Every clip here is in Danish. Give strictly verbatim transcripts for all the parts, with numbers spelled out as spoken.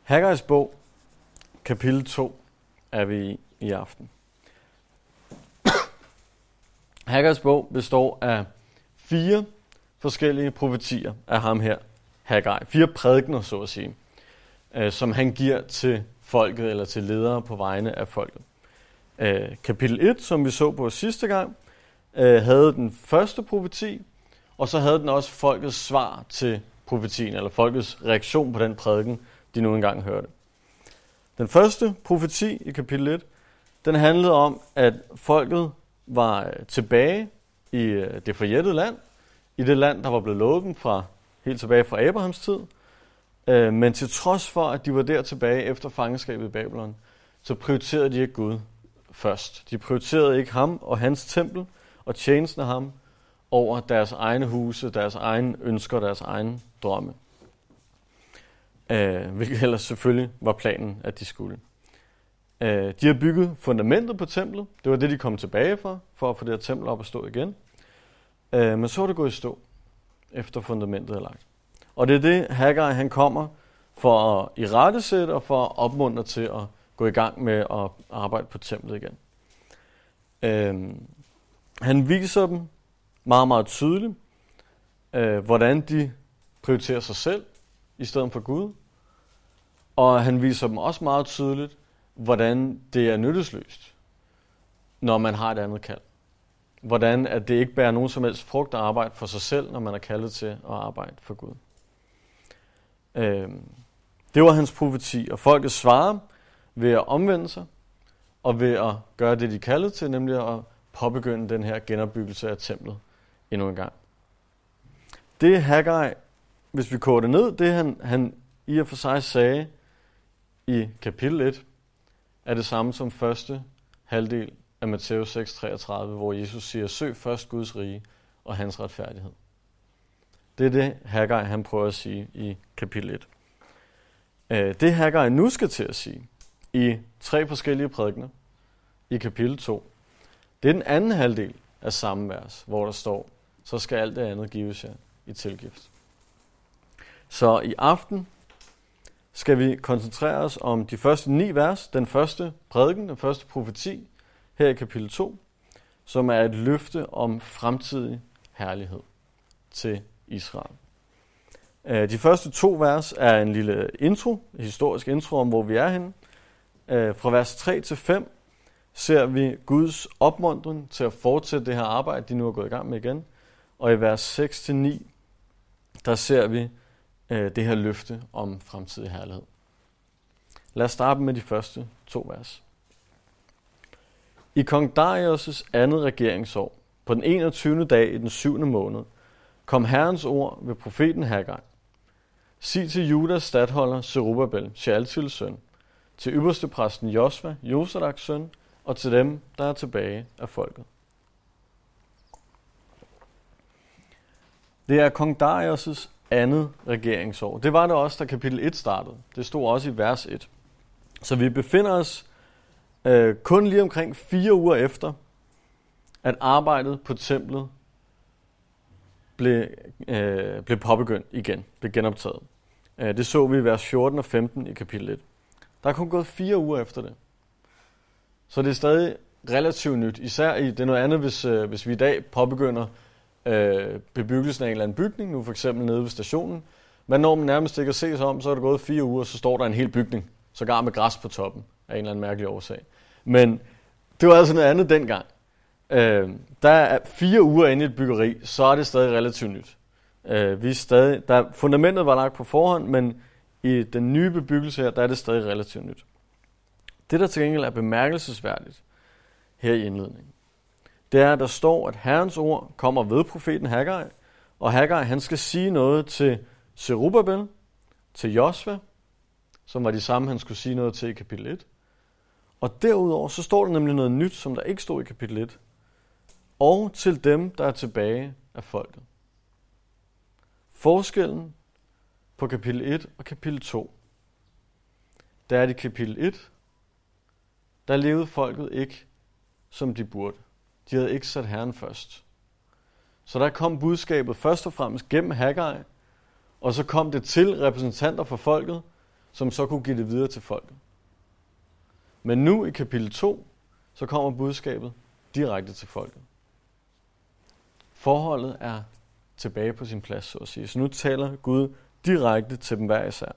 Haggais bog, kapitel to, er vi i i aften. Haggais bog består af fire forskellige profetier af ham her, Haggai. Fire prædikener, så at sige, øh, som han giver til folket eller til ledere på vegne af folket. Øh, kapitel et, som vi så på sidste gang, øh, havde den første profeti, og så havde den også folkets svar til profetien, eller folkets reaktion på den prædiken, de nu engang hørte. Den første profeti i kapitel et, den handlede om, at folket var tilbage i det forjættede land, i det land, der var blevet lovet dem fra, helt tilbage fra Abrahams tid. Men til trods for, at de var der tilbage efter fangenskabet i Babylon, så prioriterede de ikke Gud først. De prioriterede ikke ham og hans tempel og tjenesten af ham over deres egne huse, deres egne ønsker, deres egne drømme. Uh, hvilket ellers selvfølgelig var planen, at de skulle. Uh, de har bygget fundamentet på templet. Det var det, de kom tilbage for, for at få det her tempel op at stå igen. Uh, men så er det gået i stå, efter fundamentet er lagt. Og det er det, Haggai han kommer for at irettesætte og for at opmuntre til at gå i gang med at arbejde på templet igen. Uh, han viser dem meget, meget tydeligt, uh, hvordan de prioriterer sig selv i stedet for Gud. Og han viser dem også meget tydeligt, hvordan det er nyttesløst, når man har et andet kald. Hvordan at det ikke bærer nogen som helst frugt at arbejde for sig selv, når man er kaldet til at arbejde for Gud. Øhm, det var hans profeti, og folket svarer ved at omvende sig, og ved at gøre det, de kaldede til, nemlig at påbegynde den her genopbyggelse af templet endnu en gang. Det Haggai, hvis vi koger det ned, det han, han i og for sig sagde i kapitel et, er det samme som første halvdel af Matthæus seks treogtredive, hvor Jesus siger, søg først Guds rige og hans retfærdighed. Det er det, Haggai han prøver at sige i kapitel et. Det Haggai nu skal til at sige i tre forskellige prædikener i kapitel to, det er den anden halvdel af samme vers, hvor der står, så skal alt det andet gives jer i tilgift. Så i aften skal vi koncentrere os om de første ni vers, den første prædiken, den første profeti, her i kapitel to, som er et løfte om fremtidig herlighed til Israel. De første to vers er en lille intro, en historisk intro om, hvor vi er henne. Fra vers tre til fem ser vi Guds opmuntring til at fortsætte det her arbejde, de nu er gået i gang med igen. Og i vers seks til ni, der ser vi det her løfte om fremtidig herlighed. Lad os starte med de første to vers. I kong Darius' andet regeringsår, på den enogtyvende dag i den syvende måned, kom Herrens ord ved profeten Haggai. Sig til Judas statholder Zerubbabel, Shealtiels søn, til ypperstepræsten Josva, Josadaks søn, og til dem, der er tilbage af folket. Det er kong Darius' andet regeringsår. Det var det også, da kapitel et startede. Det stod også i vers et. Så vi befinder os øh, kun lige omkring fire uger efter, at arbejdet på templet blev, øh, blev påbegyndt igen, blev genoptaget. Øh, det så vi i vers fjorten og femten i kapitel et. Der er kun gået fire uger efter det. Så det er stadig relativt nyt. Især i, det er noget andet, hvis, øh, hvis vi i dag påbegynder øh, bebyggelsen af en eller anden bygning, nu for eksempel nede ved stationen. Men når man nærmest ikke at se sig om, så er det gået fire uger, så står der en hel bygning, sågar med græs på toppen, af en eller anden mærkelig årsag. Men det var altså noget andet dengang. Øh, der er fire uger inde i et byggeri, så er det stadig relativt nyt. Øh, vi er stadig, der, fundamentet var lagt på forhånd, men i den nye bebyggelse her, der er det stadig relativt nyt. Det, der til gengæld er bemærkelsesværdigt her i indledningen, det er, at der står, at Herrens ord kommer ved profeten Haggai, og Haggai han skal sige noget til Zerubbabel, til Josva, som var de samme, han skulle sige noget til i kapitel et. Og derudover, så står der nemlig noget nyt, som der ikke stod i kapitel et, og til dem, der er tilbage af folket. Forskellen på kapitel et og kapitel to, der er det kapitel et, der levede folket ikke, som de burde. De havde ikke sat Herren først. Så der kom budskabet først og fremmest gennem Haggai, og så kom det til repræsentanter for folket, som så kunne give det videre til folket. Men nu i kapitel to, så kommer budskabet direkte til folket. Forholdet er tilbage på sin plads, så at sige. Så nu taler Gud direkte til dem hver især.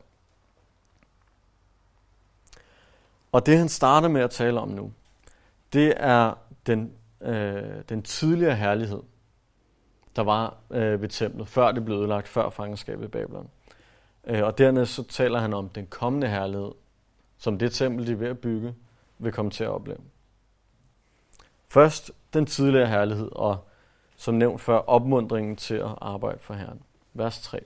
Og det han starter med at tale om nu, det er den, øh, den tidligere herlighed, der var øh, ved templet, før det blev ødelagt, før fangenskabet i Babylon. Øh, og dernæst så taler han om den kommende herlighed, som det tempel, de er ved at bygge, vil komme til at opleve. Først den tidligere herlighed, og som nævnt før, opmuntringen til at arbejde for Herren. Vers tre.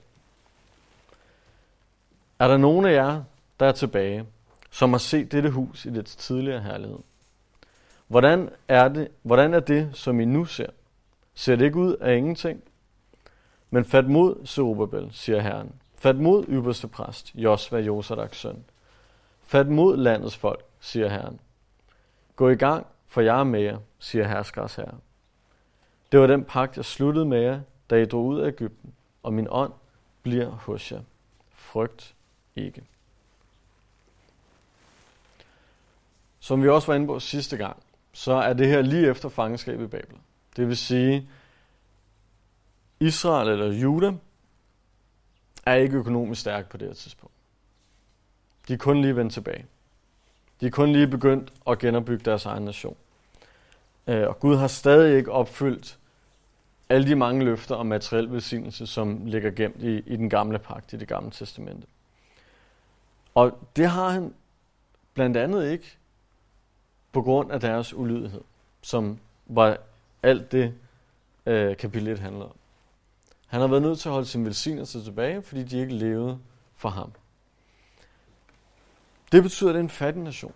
Er der nogen af jer, der er tilbage, som har set dette hus i dets tidligere herlighed? Hvordan er det, hvordan er det, som I nu ser? Ser det ikke ud af ingenting? Men fat mod, Zerubabel, siger Herren. Fat mod ypperste præst, Josva, Josadaks søn. Fat mod landets folk, siger Herren. Gå i gang, for jeg er med jer, siger herskers herre. Det var den pagt, jeg sluttede med jer, da I drog ud af Egypten, og min ånd bliver hos jer. Frygt ikke. Som vi også var inde på sidste gang, så er det her lige efter fangenskabet i Babel. Det vil sige, Israel eller Juda er ikke økonomisk stærk på det her tidspunkt. De er kun lige vendt tilbage. De er kun lige begyndt at genopbygge deres egen nation. Og Gud har stadig ikke opfyldt alle de mange løfter om materiel velsignelse, som ligger gemt i, i den gamle pagt, i det gamle testamente. Og det har han blandt andet ikke på grund af deres ulydighed, som var alt det øh, kapitel et handler om. Han har været nødt til at holde sin velsignelse tilbage, fordi de ikke levede for ham. Det betyder, at det er en fattig nation.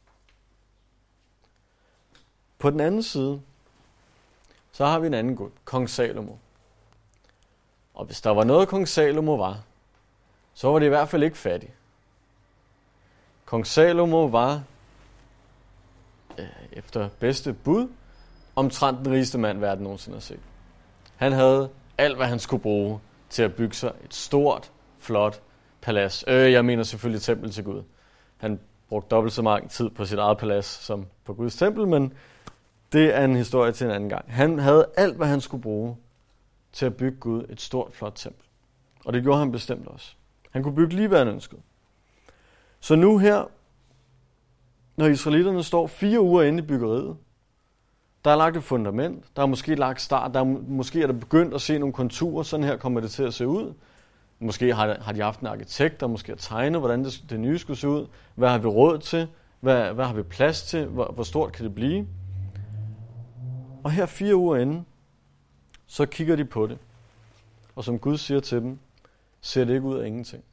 På den anden side, så har vi en anden gud, kong Salomo. Og hvis der var noget, kong Salomo var, så var det i hvert fald ikke fattig. Kong Salomo var, øh, efter bedste bud, omtrent den rigeste mand, verden nogensinde har set. Han havde alt, hvad han skulle bruge til at bygge sig et stort, flot palads. Øh, jeg mener selvfølgelig tempel til Gud. Han brugte dobbelt så meget tid på sit eget palads som på Guds tempel, men det er en historie til en anden gang. Han havde alt, hvad han skulle bruge til at bygge Gud et stort, flot tempel. Og det gjorde han bestemt også. Han kunne bygge lige, hvad han ønskede. Så nu her, når israelitterne står fire uger inde i byggeriet, der er lagt et fundament, der er måske lagt start, der er, måske er der begyndt at se nogle konturer, sådan her kommer det til at se ud. Måske har, har de haft en arkitekt, der måske har tegnet, hvordan det, det nye skulle se ud. Hvad har vi råd til? Hvad, hvad har vi plads til? Hvor, hvor stort kan det blive? Og her fire uger inden, så kigger de på det. Og som Gud siger til dem, ser det ikke ud af ingenting.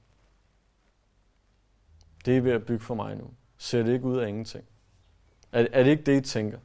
Det er ved at bygge for mig nu. Ser det ikke ud af ingenting. Er, er det ikke det, I tænker?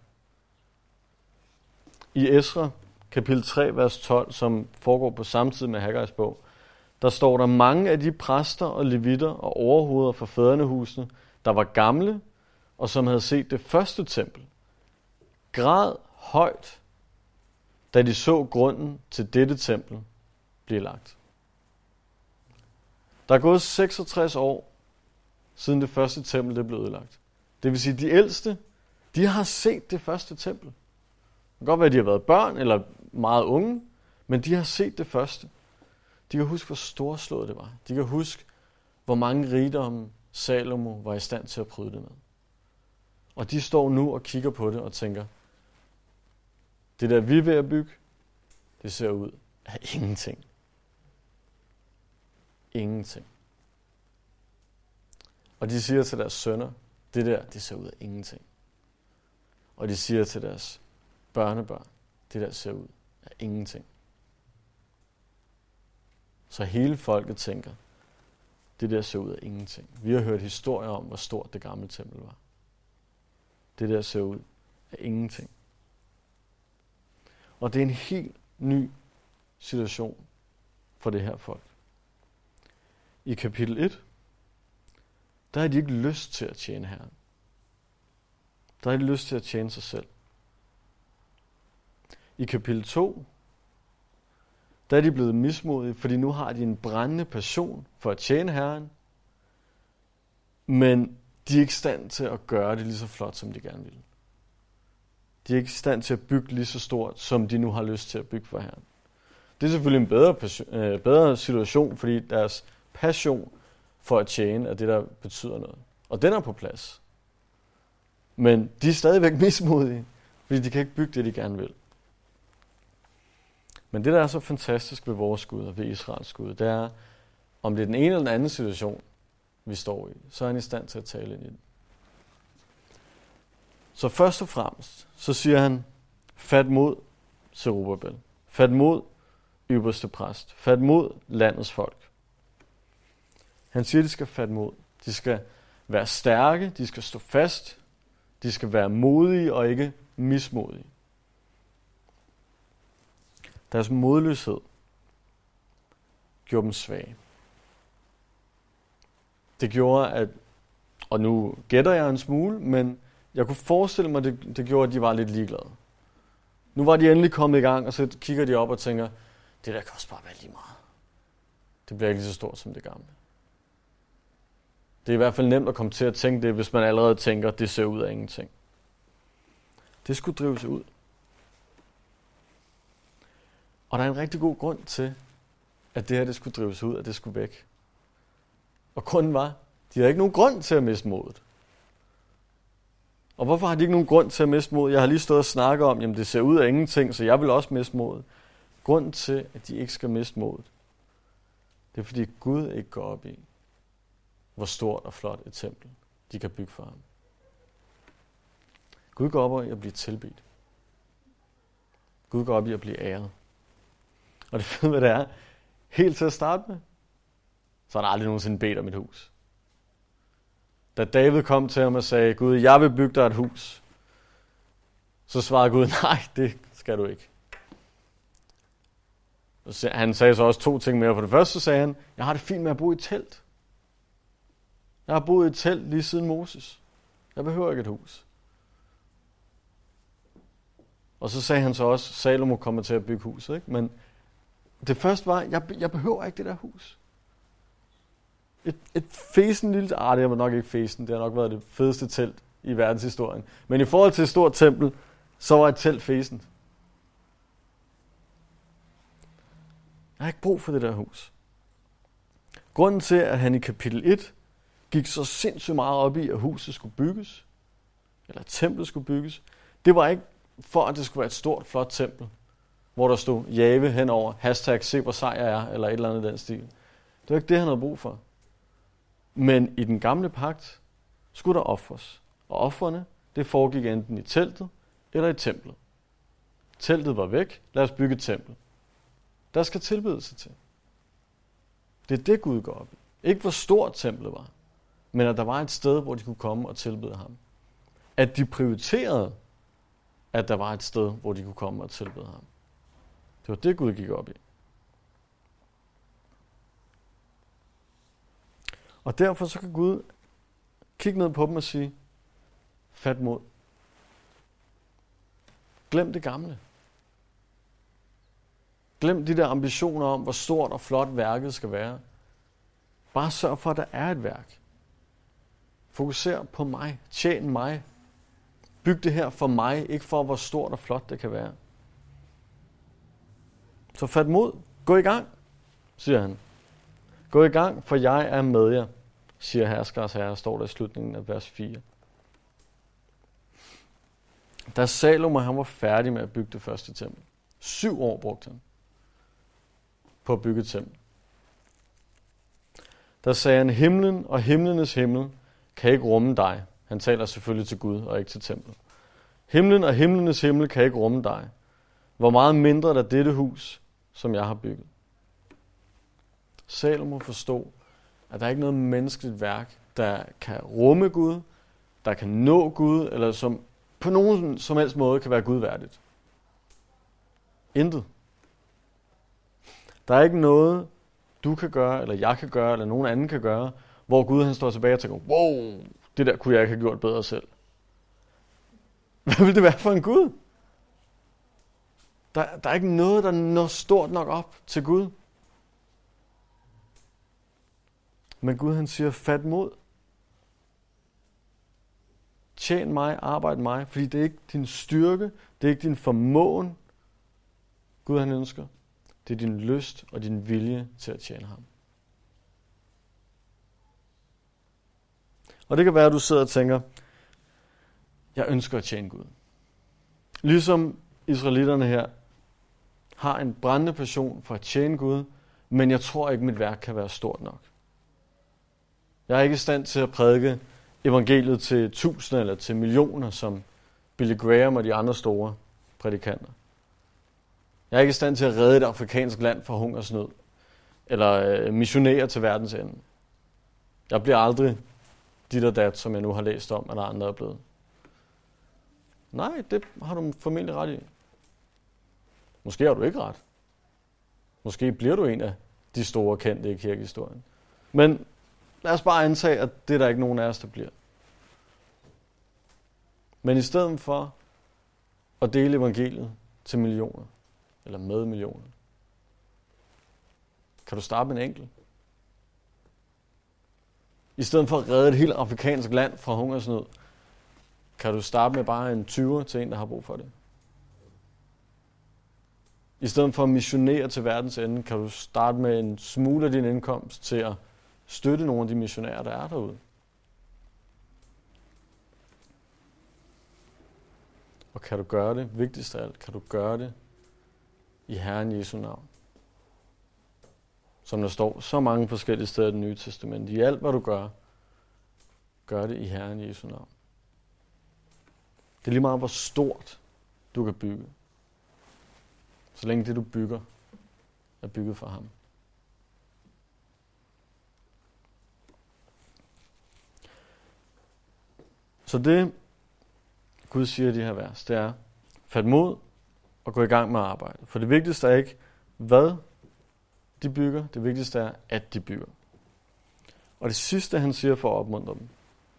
I Esra, kapitel tre, vers tolv, som foregår på samme tid med Haggais bog, der står der mange af de præster og levitter og overhoveder for fædrenehusene, der var gamle, og som havde set det første tempel, græd højt, da de så grunden til dette tempel blive lagt. Der er gået seksogtres år, siden det første tempel det blev ødelagt. Det vil sige, at de ældste, de har set det første tempel. Det kan godt være, at de har været børn eller meget unge, men de har set det første. De kan huske, hvor storslået det var. De kan huske, hvor mange rigdomme Salomo var i stand til at bryde det med. Og de står nu og kigger på det og tænker, det der vi er ved at bygge, det ser ud af ingenting. Ingenting. Og de siger til deres sønner, det der, det ser ud af ingenting. Og de siger til deres børnebørn, det der ser ud af ingenting. Så hele folket tænker, det der ser ud af ingenting. Vi har hørt historier om, hvor stort det gamle tempel var. Det der ser ud af ingenting. Og det er en helt ny situation for det her folk. I kapitel et, der har de ikke lyst til at tjene Herren. Der har de lyst til at tjene sig selv. I kapitel to, der er de blevet mismodige, fordi nu har de en brændende passion for at tjene Herren. Men de er ikke i stand til at gøre det lige så flot, som de gerne vil. De er ikke i stand til at bygge lige så stort, som de nu har lyst til at bygge for Herren. Det er selvfølgelig en bedre, passion, øh, bedre situation, fordi deres passion for at tjene er det, der betyder noget. Og den er på plads. Men de er stadigvæk mismodige, fordi de kan ikke bygge det, de gerne vil. Men det, der er så fantastisk ved vores Gud og ved Israels Gud, det er, om det er den ene eller den anden situation, vi står i, så er han i stand til at tale ind i den. Så først og fremmest, så siger han, fat mod Zerubbabel. Fat mod ypperste præst. Fat mod landets folk. Han siger, at de skal fat mod. De skal være stærke, de skal stå fast, de skal være modige og ikke mismodige. Deres modløshed gjorde dem svage. Det gjorde, at, og nu gætter jeg en smule, men jeg kunne forestille mig, at det, det gjorde, at de var lidt ligeglade. Nu var de endelig kommet i gang, og så kigger de op og tænker, det der kan også bare være lige meget. Det bliver ikke lige så stort som det gamle. Det er i hvert fald nemt at komme til at tænke det, hvis man allerede tænker, at det ser ud af ingenting. Det skulle drives ud. Og der er en rigtig god grund til, at det her det skulle drives ud, at det skulle væk. Og grunden var, de havde ikke nogen grund til at miste modet. Og hvorfor har de ikke nogen grund til at miste modet? Jeg har lige stået og snakket om, jamen det ser ud af ingenting, så jeg vil også miste modet. Grunden til, at de ikke skal miste modet, det er fordi Gud ikke går op i, hvor stort og flot et tempel de kan bygge for ham. Gud går op i at blive tilbedt. Gud går op i at blive æret. Og det fede, hvad det er, helt til at starte med, så har han aldrig nogensinde bedt om et hus. Da David kom til ham og sagde, Gud, jeg vil bygge dig et hus, så svarede Gud, nej, det skal du ikke. Han sagde så også to ting mere. For det første så sagde han, jeg har det fint med at bo i et telt. Jeg har boet i et telt lige siden Moses. Jeg behøver ikke et hus. Og så sagde han så også, Salomo kommer til at bygge huset. Ikke? Men det første var, jeg, jeg behøver ikke det der hus. Et, et fesen lille... Ah, det har nok ikke fesen. Det har nok været det fedeste telt i verdenshistorien. Men i forhold til et stort tempel, så var et telt fesen. Jeg har ikke brug for det der hus. Grunden til, at han i kapitel et gik så sindssygt meget op i, at huset skulle bygges, eller at templet skulle bygges, det var ikke for, at det skulle være et stort, flot tempel, hvor der stod Jave henover, hashtag se hvor sej jeg er, eller et eller andet i den stil. Det var ikke det, han havde brug for. Men i den gamle pagt skulle der ofres. Og ofrene, det foregik enten i teltet eller i templet. Teltet var væk, lad os bygge et tempel. Der skal tilbedelse til. Det er det, Gud går op i. Ikke hvor stort templet var, men at der var et sted, hvor de kunne komme og tilbede ham. At de prioriterede, at der var et sted, hvor de kunne komme og tilbede ham. Det var det, Gud gik op i. Og derfor så kan Gud kigge ned på dem og sige, fat mod. Glem det gamle. Glem de der ambitioner om, hvor stort og flot værket skal være. Bare sørg for, at der er et værk. Fokuser på mig. Tjen mig. Byg det her for mig, ikke for, hvor stort og flot det kan være. Så fat mod. Gå i gang, siger han. Gå i gang, for jeg er med jer, siger herskers herre, står der i slutningen af vers fire. Da Salomo han var færdig med at bygge det første tempel. Syv år brugte han på at bygge et tempel. Der sagde han, himlen og himlenes himmel kan ikke rumme dig. Han taler selvfølgelig til Gud og ikke til templet. Himlen og himlenes himmel kan ikke rumme dig. Hvor meget mindre er der dette hus, som jeg har bygget. Salomo forstod, at der ikke er noget menneskeligt værk, der kan rumme Gud, der kan nå Gud, eller som på nogen som helst måde kan være gudværdigt. Intet. Der er ikke noget, du kan gøre, eller jeg kan gøre, eller nogen anden kan gøre, hvor Gud han står tilbage og tænker, wow, det der kunne jeg ikke have gjort bedre selv. Hvad vil det være for en Gud? Der, der er ikke noget, der når stort nok op til Gud. Men Gud han siger, fat mod. Tjen mig, arbejd mig, fordi det er ikke din styrke, det er ikke din formåen, Gud han ønsker. Det er din lyst og din vilje til at tjene ham. Og det kan være, at du sidder og tænker, jeg ønsker at tjene Gud. Ligesom israelitterne her har en brændende passion for at tjene Gud, men jeg tror ikke, mit værk kan være stort nok. Jeg er ikke i stand til at prædike evangeliet til tusinder eller til millioner, som Billy Graham og de andre store prædikanter. Jeg er ikke i stand til at redde et afrikansk land fra hungersnød, eller øh, missionere til verdens ende. Jeg bliver aldrig dit og dat, som jeg nu har læst om, at der andre er blevet. Nej, det har du formentlig ret i. Måske har du ikke ret. Måske bliver du en af de store kendte i kirkehistorien. Men lad os bare antage, at det er der ikke nogen af os, der bliver. Men i stedet for at dele evangeliet til millioner, eller med millioner, kan du starte med en enkelt. I stedet for at redde et helt afrikansk land fra hungersnød, kan du starte med bare en tyver til en, der har brug for det. I stedet for at missionere til verdens ende, kan du starte med en smule af din indkomst til at støtte nogle af de missionærer, der er derude. Og kan du gøre det, vigtigst af alt, kan du gøre det i Herren Jesu navn. Som der står så mange forskellige steder i Det Nye Testament. I alt, hvad du gør, gør det i Herren Jesu navn. Det er lige meget, hvor stort du kan bygge. Så længe det, du bygger, er bygget for ham. Så det, Gud siger i de her vers, det er, fat mod og gå i gang med arbejdet. For det vigtigste er ikke, hvad de bygger. Det vigtigste er, at de bygger. Og det sidste, han siger for at opmuntre dem,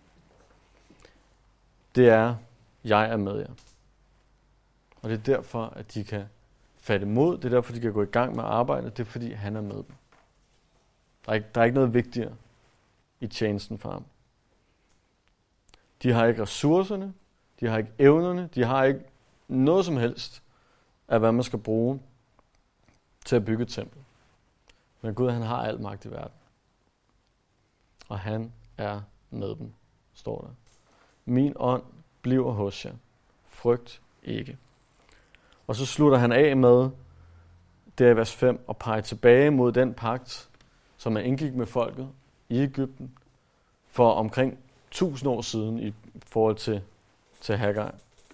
det er, jeg er med jer. Og det er derfor, at de kan fatte mod. Det er derfor, de kan gå i gang med arbejdet. Det er fordi, han er med dem. Der er ikke, der er ikke noget vigtigere i tjenesten for ham. De har ikke ressourcerne. De har ikke evnerne. De har ikke noget som helst af, hvad man skal bruge til at bygge et tempel. Men Gud, han har al magt i verden. Og han er med dem, står der. Min ånd bliver hos jer. Frygt ikke. Og så slutter han af med, der i vers fem, og pege tilbage mod den pagt, som man indgik med folket i Egypten for omkring tusind år siden i forhold til, til Haggai.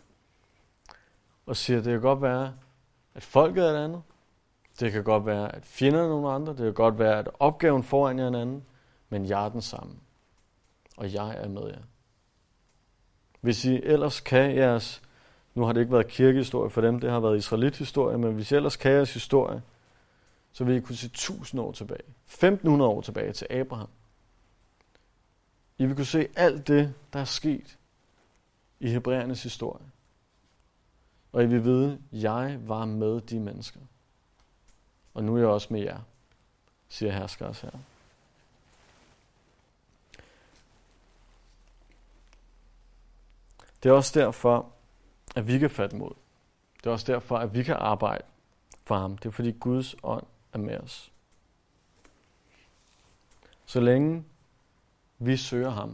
Og siger, at det kan godt være, at folket er et andet. Det kan godt være, at fjenderne er nogle andre. Det kan godt være, at opgaven foran jer er en anden. Men jeg er den samme. Og jeg er med jer. Hvis I ellers kan jeres, nu har det ikke været kirkehistorie for dem, det har været israelithistorie, men hvis I ellers kan jeres historie, så vil I kunne se tusind år tilbage. femten hundrede år tilbage til Abraham. I vil kunne se alt det, der er sket i hebræernes historie. Og I vil vide, at jeg var med de mennesker. Og nu er jeg også med jer, siger herskers herre. Det er også derfor, at vi kan fatte mod. Det er også derfor, at vi kan arbejde for ham. Det er fordi Guds ånd er med os. Så længe vi søger ham,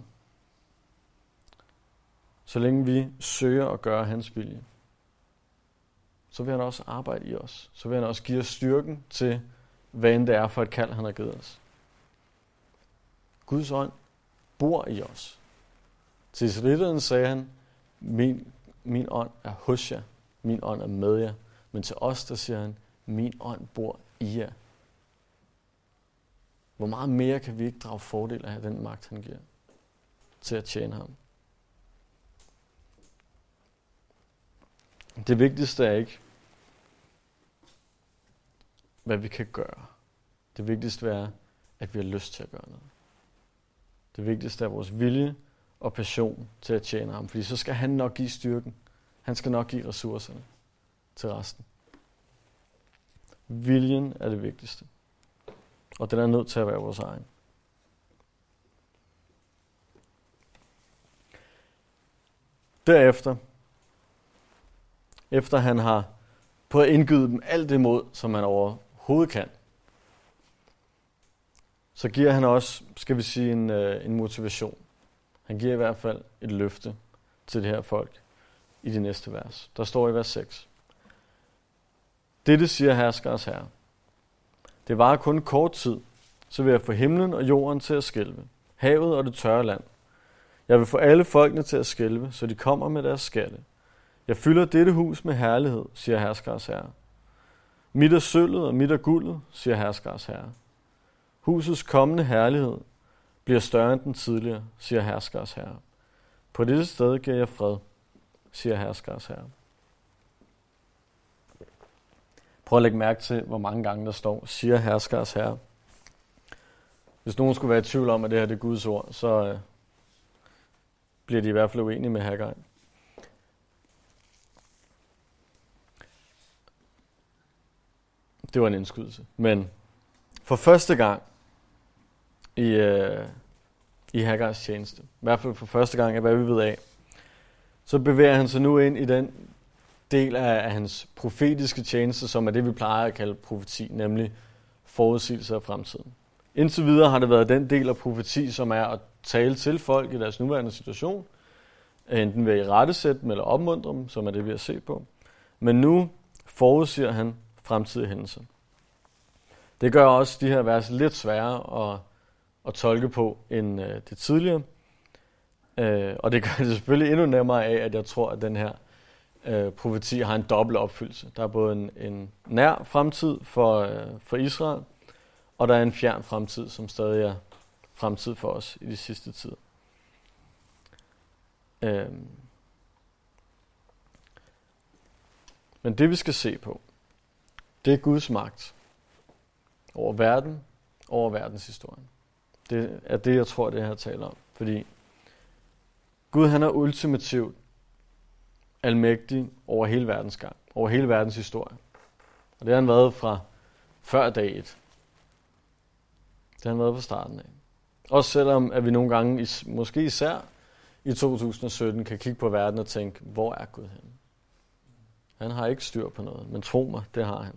så længe vi søger at gøre hans vilje, så vil han også arbejde i os. Så vil han også give os styrken til, hvad end det er for et kald, han har givet os. Guds ånd bor i os. Til israelitterne sagde han, min, min ånd er hos jer, min ånd er med jer. Men til os, der siger han, min ånd bor i jer. Hvor meget mere kan vi ikke drage fordel af den magt, han giver til at tjene ham? Det vigtigste er ikke, hvad vi kan gøre. Det vigtigste er, at vi har lyst til at gøre noget. Det vigtigste er vores vilje og passion til at tjene ham, fordi så skal han nok give styrken. Han skal nok give ressourcerne til resten. Viljen er det vigtigste. Og den er nødt til at være vores egen. Derefter, efter han har prøvet at indgyde dem alt det mod, som han overhovedet kan, så giver han også, skal vi sige, en, øh, en motivation. Han giver i hvert fald et løfte til det her folk i de næste vers. Der står i vers seks. Dette siger herskers herre. Det varer kun kort tid, så vil jeg få himlen og jorden til at skælve, havet og det tørre land. Jeg vil få alle folkene til at skælve, så de kommer med deres skatte. Jeg fylder dette hus med herlighed, siger herskers herre. Mit er sølvet og mit er guldet, siger herskers herre. Husets kommende herlighed bliver større end den tidligere, siger herskers herre. På dette sted giver jeg fred, siger herskers herre. Prøv at lægge mærke til, hvor mange gange der står, siger herskers herre. Hvis nogen skulle være i tvivl om, at det her det er Guds ord, så øh, bliver de i hvert fald uenige med Haggai. Det var en indskydelse. Men for første gang i, øh, i Haggais tjeneste, i hvert fald for første gang af hvad vi ved af, så bevæger han sig nu ind i den del af, af hans profetiske tjeneste, som er det, vi plejer at kalde profeti, nemlig forudsigelse af fremtiden. Indtil videre har det været den del af profeti, som er at tale til folk i deres nuværende situation, enten ved at irettesætte dem eller opmuntre dem, som er det, vi har set på. Men nu forudsiger han fremtidige hændelser. Det gør også de her vers lidt sværere at, at tolke på end øh, det tidligere. Øh, og det gør det selvfølgelig endnu nemmere af, at jeg tror, at den her øh, profeti har en dobbelt opfyldelse. Der er både en, en nær fremtid for, øh, for Israel, og der er en fjern fremtid, som stadig er fremtid for os i de sidste tider. Øh. Men det vi skal se på, det er Guds magt over verden, over verdenshistorien. Det er det, jeg tror, det her taler om. Fordi Gud, han er ultimativt almægtig over hele verdens gang, over hele verdens historie. Og det har han været fra før dag et. Det har han været fra starten af. Også selvom, at vi nogle gange, måske især i to tusind og sytten, kan kigge på verden og tænke, hvor er Gud henne? Han har ikke styr på noget, men tro mig, det har han.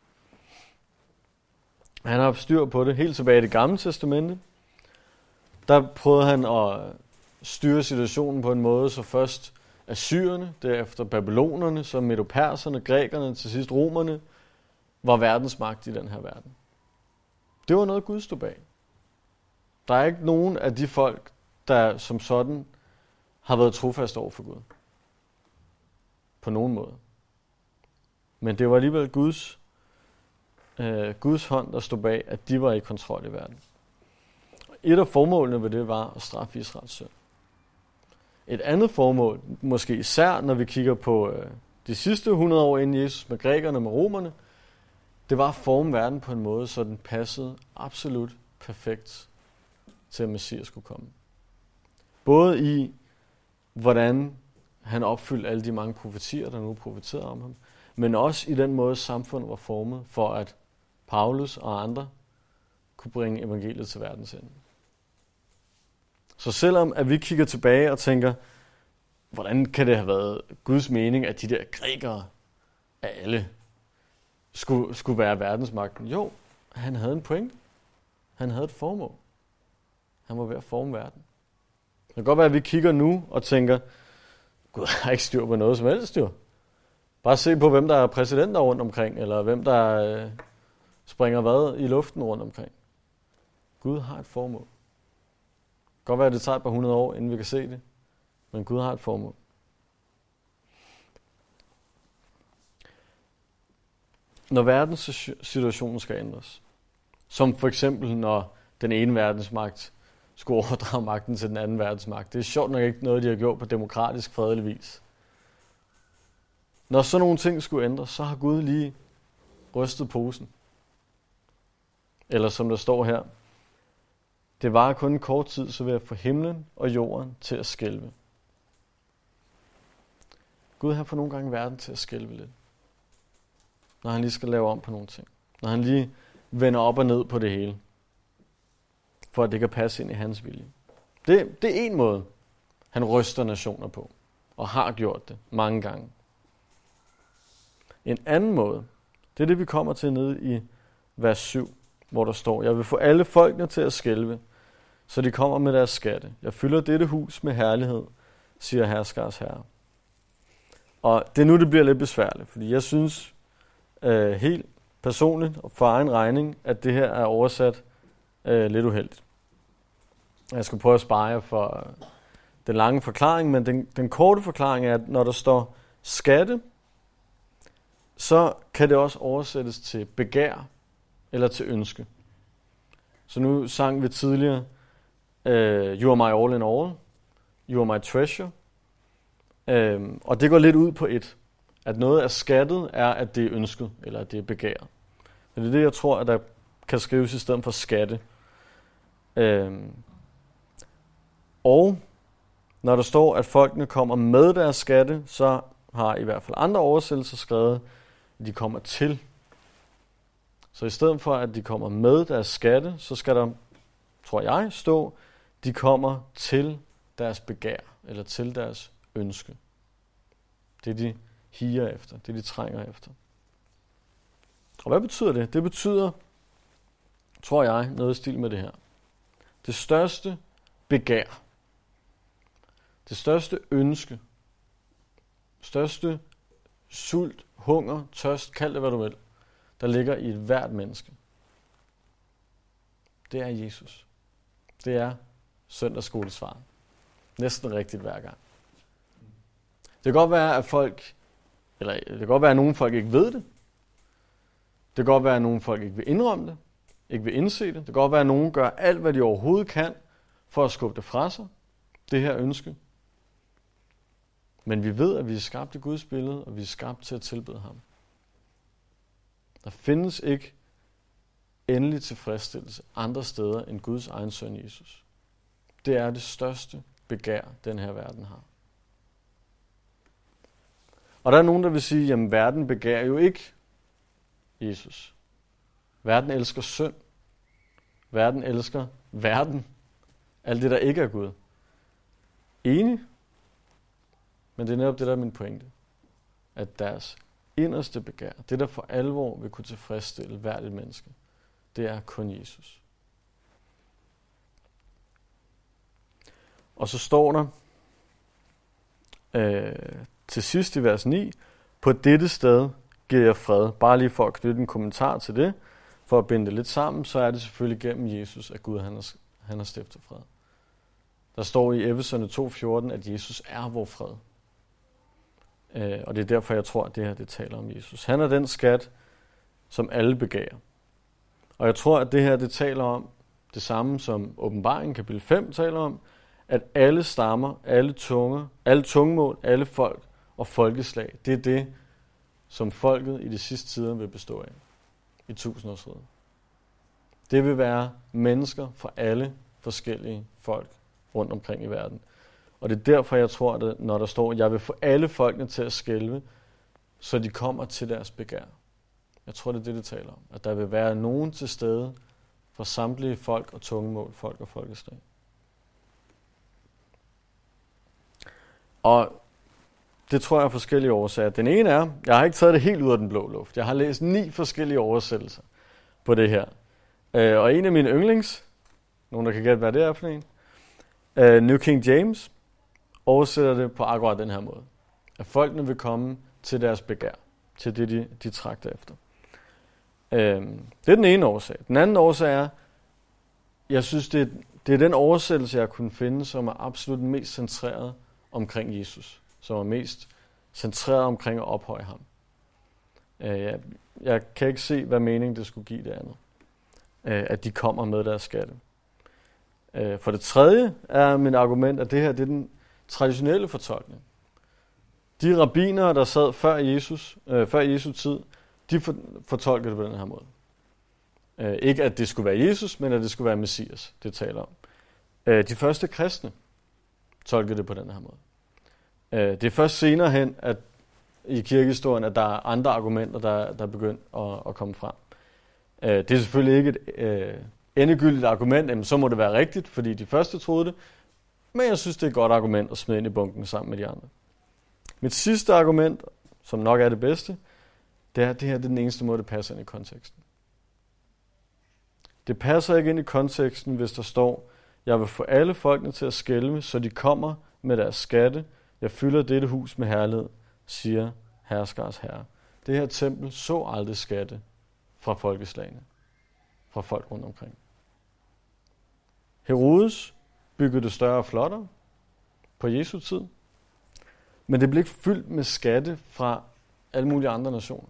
Han har haft styr på det helt tilbage i det gamle testamente. Der prøvede han at styre situationen på en måde, så først assyrerne, derefter babylonerne, så medoperserne, grækerne, til sidst romerne, var verdensmagt i den her verden. Det var noget, Gud stod bag. Der er ikke nogen af de folk, der som sådan har været trofast over for Gud. På nogen måde. Men det var alligevel Guds, øh, Guds hånd, der stod bag, at de var i kontrol i verden. Et af formålene ved det var at straffe Israels synd. Et andet formål, måske især når vi kigger på øh, de sidste hundrede år inden Jesus med grækerne og med romerne, det var at forme verden på en måde, så den passede absolut perfekt til, at Messias skulle komme. Både i, hvordan han opfyldte alle de mange profetier, der nu profeterede om ham, men også i den måde, samfundet var formet, for at Paulus og andre kunne bringe evangeliet til verdens ende. Så selvom at vi kigger tilbage og tænker, hvordan kan det have været Guds mening, at de der grækere af alle skulle, skulle være verdensmagten? Jo, han havde en pointe. Han havde et formål. Han var ved at forme verden. Det kan godt være, at vi kigger nu og tænker, Gud har ikke styr på noget som helst styr. Bare se på, hvem der er præsidenter rundt omkring, eller hvem der øh, springer hvad i luften rundt omkring. Gud har et formål. Det kan godt være, at det tager et par hundrede år, inden vi kan se det, men Gud har et formål. Når verdenssituationen skal ændres, som for eksempel når den ene verdensmagt skulle overdrage magten til den anden verdensmagt. Det er sjovt nok ikke noget, de har gjort på demokratisk, fredelig vis. Når sådan nogle ting skulle ændres, så har Gud lige rystet posen. Eller som der står her, det var kun en kort tid, så vil jeg få himlen og jorden til at skælve. Gud har for nogle gange verden til at skælve lidt. Når han lige skal lave om på nogle ting. Når han lige vender op og ned på det hele. For at det kan passe ind i hans vilje. Det, det er en måde, han ryster nationer på. og har gjort det mange gange. En anden måde, det er det, vi kommer til nede i vers syv, hvor der står, jeg vil få alle folkene til at skælve, så de kommer med deres skatte. Jeg fylder dette hus med herlighed, siger herskers herre. Og det er nu, det bliver lidt besværligt, fordi jeg synes øh, helt personligt og for egen regning, at det her er oversat øh, lidt uheldigt. Jeg skal prøve at spare jer for den lange forklaring, men den, den korte forklaring er, at når der står skatte, så kan det også oversættes til begær eller til ønske. Så nu sang vi tidligere, uh, You are my all in all, You are my treasure. Uh, og det går lidt ud på et. At noget er skattet, er at det er ønsket, eller at det er begæret. Men det er det, jeg tror, at der kan skrives i stedet for skatte. Uh, og når der står, at folkene kommer med deres skatte, så har i hvert fald andre oversættelser skrevet, at de kommer til. Så i stedet for, at de kommer med deres skatte, så skal der, tror jeg, stå, de kommer til deres begær, eller til deres ønske. Det de higer efter, det de trænger efter. Og hvad betyder det? Det betyder, tror jeg, noget i stil med det her. Det største begær, det største ønske, største sult, hunger, tørst, kald det hvad du vil, der ligger i et hvert menneske. Det er Jesus. Det er søndagsskolesvaret. Næsten rigtigt hver gang. Det kan godt være, at folk, eller det kan godt være, at nogle folk ikke ved det. Det kan godt være, at nogle folk ikke vil indrømme det, ikke vil indse det. Det kan godt være, at nogen gør alt, hvad de overhovedet kan, for at skubbe det fra sig, det her ønske. Men vi ved, at vi er skabt i Guds billede, og vi er skabt til at tilbede ham. Der findes ikke endelig tilfredsstillelse andre steder end Guds egen søn Jesus. Det er det største begær, den her verden har. Og der er nogen, der vil sige, jamen verden begærer jo ikke Jesus. Verden elsker synd. Verden elsker verden. Alt det, der ikke er Gud. Enig. Men det er netop det, der er min pointe. At deres inderste begær, det der for alvor vil kunne tilfredsstille hvert et menneske, det er kun Jesus. Og så står der øh, til sidst i vers ni, på dette sted giver jeg fred. Bare lige for at knytte en kommentar til det, for at binde det lidt sammen, så er det selvfølgelig gennem Jesus, at Gud han har, han har stiftet fred. Der står i Efeserne to fjorten, at Jesus er vor fred. Øh, og det er derfor, jeg tror, at det her det taler om Jesus. Han er den skat, som alle begærer. Og jeg tror, at det her det taler om det samme, som Åbenbaringen kapitel fem taler om, at alle stammer, alle tunger, alle tungemål, alle folk og folkeslag, det er det, som folket i de sidste tider vil bestå af i tusindårsriget. Det vil være mennesker fra alle forskellige folk rundt omkring i verden. Og det er derfor, jeg tror, at når der står, at jeg vil få alle folkene til at skælve, så de kommer til deres begær. Jeg tror, det er det, det taler om. At der vil være nogen til stede for samtlige folk og tungemål, folk og folkeslag. Og det tror jeg er forskellige årsager. Den ene er, jeg har ikke taget det helt ud af den blå luft. Jeg har læst ni forskellige oversættelser på det her. Og en af mine yndlings, nogen der kan gætte, hvad det er for en, New King James, oversætter det på akkurat den her måde. At folkene vil komme til deres begær, til det, de, de trakter efter. Øhm, det er den ene årsag. Den anden årsag er, jeg synes, det er, det er den oversættelse, jeg kunne finde, som er absolut mest centreret omkring Jesus. Som er mest centreret omkring at ophøje ham. Øh, jeg, jeg kan ikke se, hvad mening det skulle give det andet. Øh, at de kommer med deres skatte. Øh, for det tredje er mit argument, at det her det er den traditionelle fortolkning. De rabbinere, der sad før Jesus, øh, før Jesu tid, de for, fortolker det på den her måde. Øh, ikke at det skulle være Jesus, men at det skulle være Messias, det taler om. Øh, de første kristne tolkede det på den her måde. Øh, det er først senere hen, at i kirkehistorien, at der er andre argumenter, der, der er begyndt at, at komme frem. Øh, det er selvfølgelig ikke et øh, endegyldigt argument, jamen, så må det være rigtigt, fordi de første troede det, men jeg synes, det er et godt argument at smide ind i bunken sammen med de andre. Mit sidste argument, som nok er det bedste, det er, at det her det er den eneste måde, det passer ind i konteksten. Det passer ikke ind i konteksten, hvis der står, jeg vil få alle folkene til at skælve, så de kommer med deres skatte. Jeg fylder dette hus med herlighed, siger herskers herre. Det her tempel så aldrig skatte fra folkeslagene, fra folk rundt omkring. Herodes byggede det større og flottere på Jesu tid, men det blev ikke fyldt med skatte fra alle mulige andre nationer.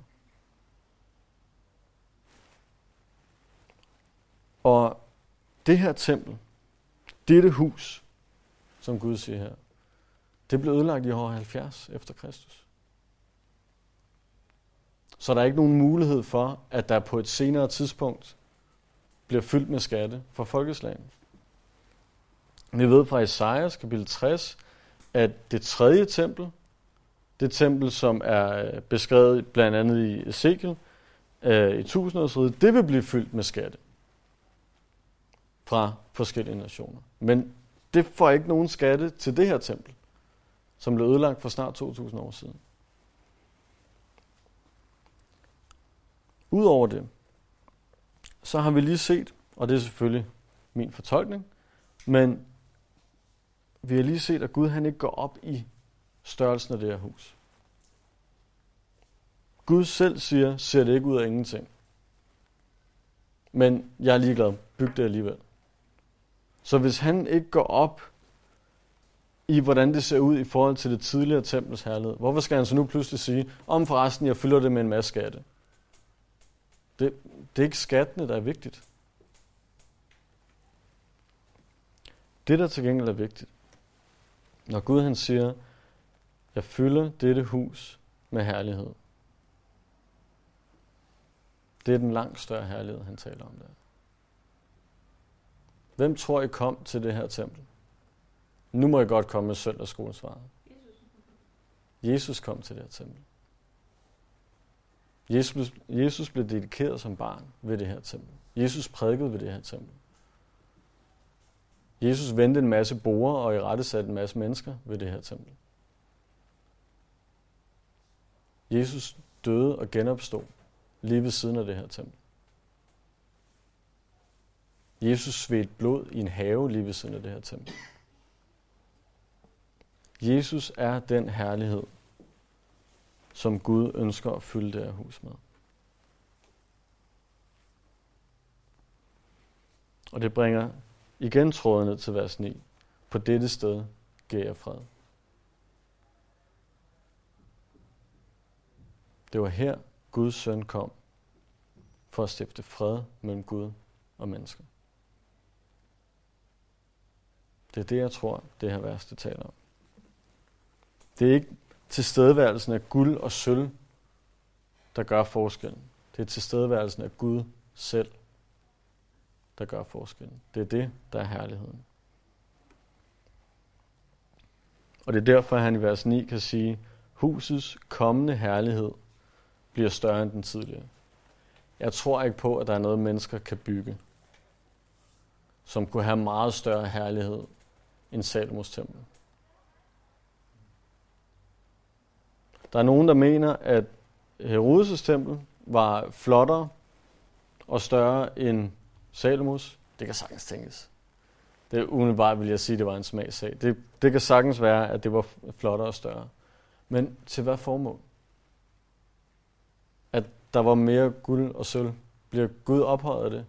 Og det her tempel, dette hus, som Gud siger her, det blev ødelagt i år halvfjerds efter Kristus. Så der er ikke nogen mulighed for, at der på et senere tidspunkt bliver fyldt med skatte fra folkeslagene. Vi ved fra Esajas kapitel tres, at det tredje tempel, det tempel, som er beskrevet blandt andet i Ezekiel, øh, i tusindårsriget, det vil blive fyldt med skatte fra forskellige nationer. Men det får ikke nogen skatte til det her tempel, som blev ødelagt for snart to tusind år siden. Udover det, så har vi lige set, og det er selvfølgelig min fortolkning, men vi har lige set, at Gud han ikke går op i størrelsen af det her hus. Gud selv siger, ser det ikke ud af ingenting. Men jeg er ligeglad, byg det alligevel. Så hvis han ikke går op i, hvordan det ser ud i forhold til det tidligere tempels herlighed, hvorfor skal han så nu pludselig sige, om forresten jeg fylder det med en masse skatte? Det, det er ikke skattene, der er vigtigt. Det, der til gengæld er vigtigt, når Gud han siger, jeg fylder dette hus med herlighed. Det er den langt større herlighed, han taler om der. Hvem tror I kom til det her tempel? Nu må I godt komme med søndagsskolesvaret. Jesus kom til det her tempel. Jesus, Jesus blev dedikeret som barn ved det her tempel. Jesus prædikede ved det her tempel. Jesus vendte en masse borde og irettesatte en masse mennesker ved det her tempel. Jesus døde og genopstod lige ved siden af det her tempel. Jesus svedte blod i en have lige ved siden af det her tempel. Jesus er den herlighed, som Gud ønsker at fylde det her hus med. Og det bringer igen tråden ned til vers ni. På dette sted giver jeg fred. Det var her, Guds søn kom for at stifte fred mellem Gud og mennesker. Det er det, jeg tror, det her vers det taler om. Det er ikke tilstedeværelsen af guld og sølv, der gør forskellen. Det er tilstedeværelsen af Gud selv, der gør forskellen. Det er det, der er herligheden. Og det er derfor, at han i vers ni kan sige, husets kommende herlighed bliver større end den tidligere. Jeg tror ikke på, at der er noget, mennesker kan bygge, som kunne have meget større herlighed end Salomos tempel. Der er nogen, der mener, at Herodes' tempel var flottere og større end Salomos. Det kan sagtens tænkes. Det er umiddelbart, vil jeg sige, det var en smagssag. Det, det kan sagtens være, at det var flottere og større. Men til hvad formål? At der var mere guld og sølv. Bliver Gud ophøjet af det?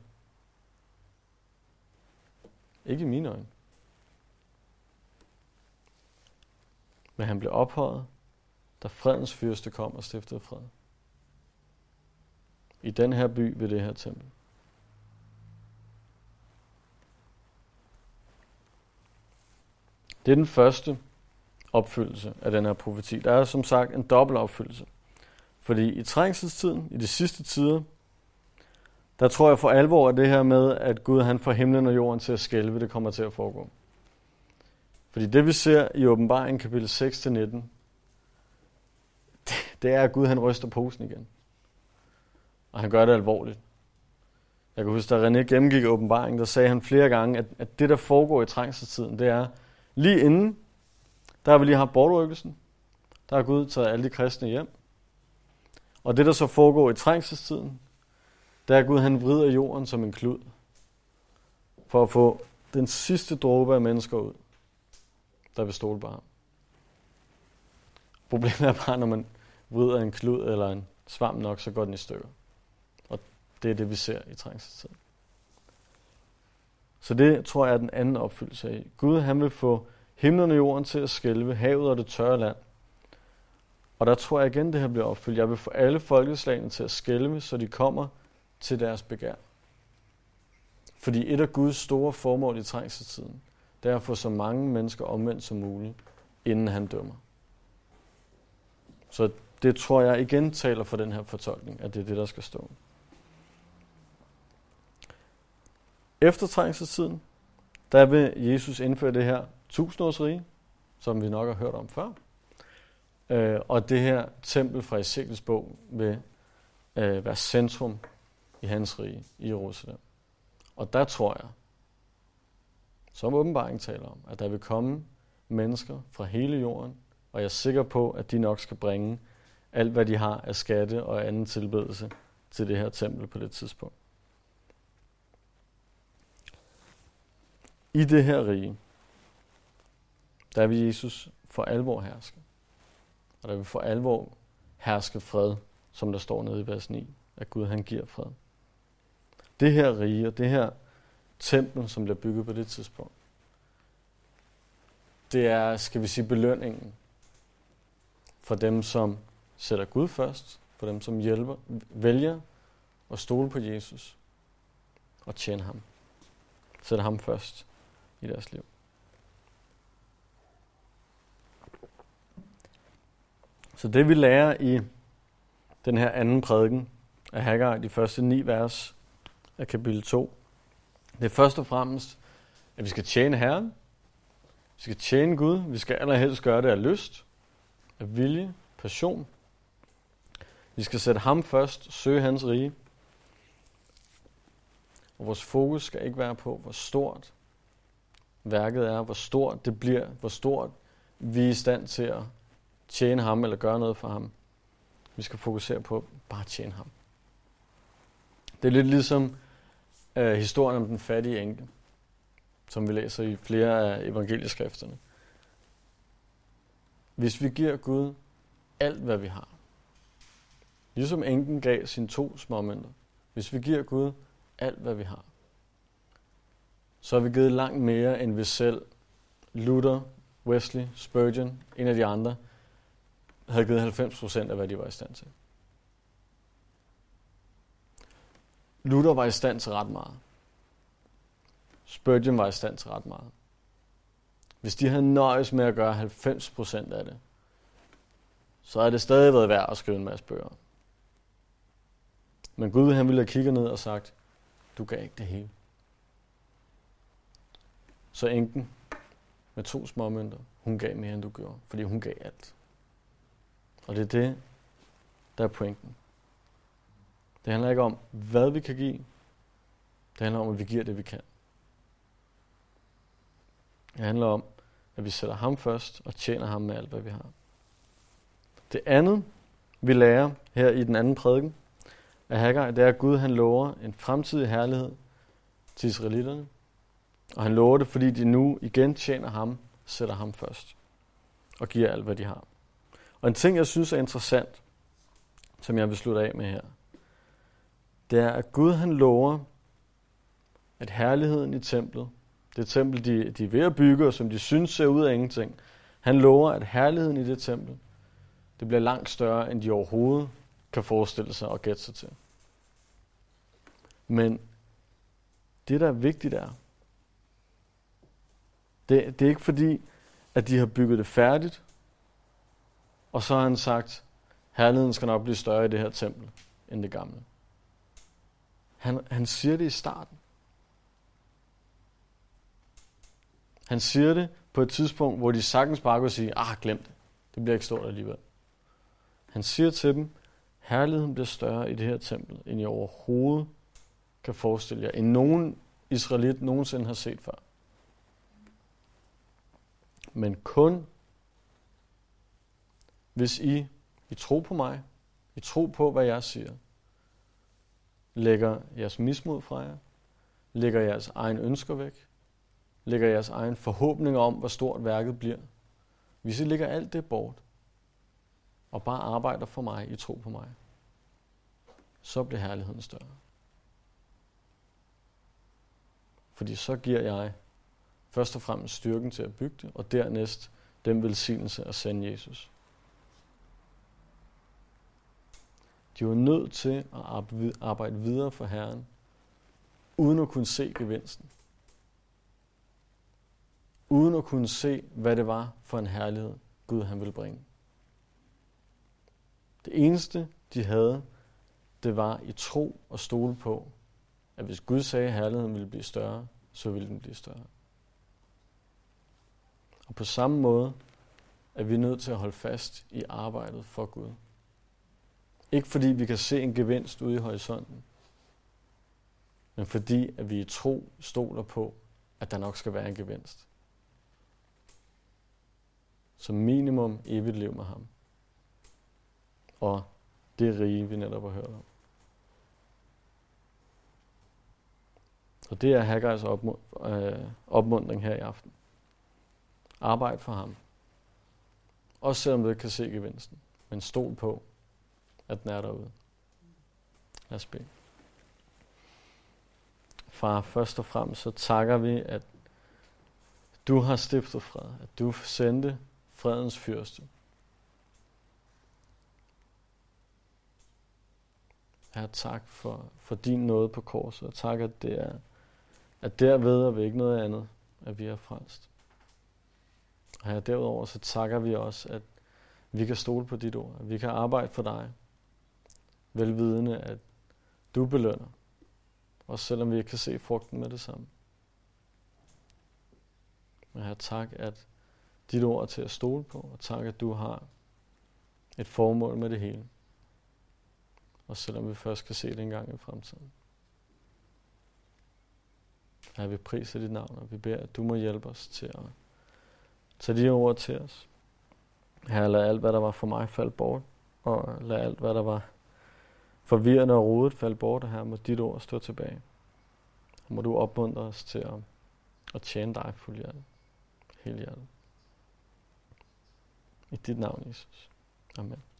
Ikke i mine øjne. Men han blev ophøjet, da fredens fyrste kom og stiftede fred. I den her by ved det her tempel. Det er den første opfyldelse af den her profeti. Der er som sagt en dobbelt opfyldelse. Fordi i trængselstiden, i de sidste tider, der tror jeg for alvor, at det her med, at Gud han får himlen og jorden til at skælve, det kommer til at foregå. Fordi det vi ser i Åbenbaringen kapitel seks til nitten, det, det er, at Gud han ryster posen igen. Og han gør det alvorligt. Jeg kan huske, da René gennemgik Åbenbaringen, der sagde han flere gange, at, at det der foregår i trængselstiden, det er lige inden, der har vi lige haft bortrykkelsen. der har Gud taget alle de kristne hjem. Og det, der så foregår i trængselstiden, der er Gud, han vrider jorden som en klud, for at få den sidste dråbe af mennesker ud, der vil stole på ham. Problemet er bare, når man vrider en klud eller en svamp nok, så går den i stykker. Og det er det, vi ser i trængselstiden. Så det tror jeg er den anden opfyldelse af. Gud, han vil få himlen og jorden til at skælve, havet og det tørre land. Og der tror jeg igen, det her bliver opfyldt. Jeg vil få alle folkeslagene til at skælve, så de kommer til deres begær. Fordi et af Guds store formål i trængselstiden, det er at få så mange mennesker omvendt som muligt, inden han dømmer. Så det tror jeg igen taler for den her fortolkning, at det er det, der skal stå. Efter trængselstiden, der vil Jesus indføre det her tusindårsrige, som vi nok har hørt om før. Øh, og det her tempel fra Ezekiels bog vil øh, være centrum i hans rige i Jerusalem. Og der tror jeg, som åbenbaringen taler om, at der vil komme mennesker fra hele jorden, og jeg er sikker på, at de nok skal bringe alt, hvad de har af skatte og anden tilbedelse til det her tempel på det tidspunkt. I det her rige, der vil Jesus for alvor herske. Og der vil for alvor herske fred, som der står nede i vers ni, at Gud han giver fred. Det her rige og det her tempel, som bliver bygget på det tidspunkt, det er, skal vi sige, belønningen for dem, som sætter Gud først, for dem, som hjælper, vælger at stole på Jesus og tjene ham. Sætter ham først i deres liv. Så det vi lærer i den her anden prædiken af Haggai, de første ni vers af kapitel to, det er først og fremmest, at vi skal tjene Herren, vi skal tjene Gud, vi skal allerhelst gøre det af lyst, af vilje, passion. Vi skal sætte ham først, søge hans rige. Og vores fokus skal ikke være på, hvor stort værket er, hvor stort det bliver, hvor stort vi er i stand til at tjene ham eller gøre noget for ham. Vi skal fokusere på bare at tjene ham. Det er lidt ligesom øh, historien om den fattige enke, som vi læser i flere af evangelieskrifterne. Hvis vi giver Gud alt, hvad vi har, ligesom enken gav sine to småmønter, hvis vi giver Gud alt, hvad vi har, så har vi givet langt mere, end vi selv, Luther, Wesley, Spurgeon, en af de andre, havde givet halvfems procent af, hvad de var i stand til. Luther var i stand til ret meget. Spurgeon var i stand til ret meget. Hvis de havde nøjes med at gøre halvfems procent af det, så havde det stadig været værd at skrive en masse bøger. Men Gud, han ville have kigget ned og sagt, du gav ikke det hele. Så enken med to småmønter, hun gav mere, end du gjorde, fordi hun gav alt. Og det er det, der er pointen. Det handler ikke om, hvad vi kan give. Det handler om, at vi giver det, vi kan. Det handler om, at vi sætter ham først og tjener ham med alt, hvad vi har. Det andet, vi lærer her i den anden prædiken af Haggai, det er, at Gud han lover en fremtidig herlighed til israelitterne. Og han lover det, fordi de nu igen tjener ham, sætter ham først og giver alt, hvad de har. Og en ting, jeg synes er interessant, som jeg vil slutte af med her, det er, at Gud han lover, at herligheden i templet, det tempel, de, de er ved at bygge, og som de synes ser ud af ingenting, han lover, at herligheden i det tempel, det bliver langt større, end de overhovedet kan forestille sig og gætte sig til. Men det, der er vigtigt er, det, det er ikke fordi, at de har bygget det færdigt, og så har han sagt, herligheden skal nok blive større i det her tempel, end det gamle. Han, han siger det i starten. Han siger det på et tidspunkt, hvor de sagtens bare kunne sige, ah, glem det. Det bliver ikke stort alligevel. Han siger til dem, herligheden bliver større i det her tempel, end I overhovedet kan forestille jer, end nogen israelit nogensinde har set før. Men kun, hvis I, I tro på mig, I tro på, hvad jeg siger, lægger jeres mismod fra jer, lægger jeres egen ønsker væk, lægger jeres egen forhåbninger om, hvor stort værket bliver. Hvis I lægger alt det bort, og bare arbejder for mig, I tro på mig, så bliver herligheden større. Fordi så giver jeg først og fremmest styrken til at bygge det, og dernæst den velsignelse at sende Jesus. De var nødt til at arbejde videre for Herren, uden at kunne se gevinsten. Uden at kunne se, hvad det var for en herlighed, Gud han ville bringe. Det eneste, de havde, det var i tro og stole på, at hvis Gud sagde, at herligheden ville blive større, så ville den blive større. Og på samme måde er vi nødt til at holde fast i arbejdet for Gud. Ikke fordi vi kan se en gevinst ude i horisonten, men fordi at vi i tro stoler på, at der nok skal være en gevinst. Som minimum evigt liv med ham. Og det rige, vi netop har hørt om. Og det er Haggais opmu- øh, opmuntring her i aften. Arbejd for ham. Også selvom du ikke kan se gevinsten. Men stol på, at den er derude. Lad os bede. Far, først og fremmest så takker vi, at du har stiftet fred. At du sendte fredens fyrste. Herre, tak for, for din nåde på korset, og tak, at det er, at derved er vi ikke noget andet, at vi er frelst. Og herre, derudover så takker vi også, at vi kan stole på dit ord, at vi kan arbejde for dig, velvidende, at du belønner, også selvom vi ikke kan se frugten med det samme. Men herre, tak, at dit ord er til at stole på, og tak, at du har et formål med det hele. Og selvom vi først kan se det engang i fremtiden. Herre, vi priser dit navn, og vi beder, at du må hjælpe os til at tage de ord til os. Herre, lad alt, hvad der var for mig, falde bort. Og lad alt, hvad der var forvirrende og rodet, falde bort. Og her må dit ord stå tilbage. Og må du opmuntre os til at, at tjene dig fuldt hjertet. Hele hjertet. I dit navn, Jesus. Amen.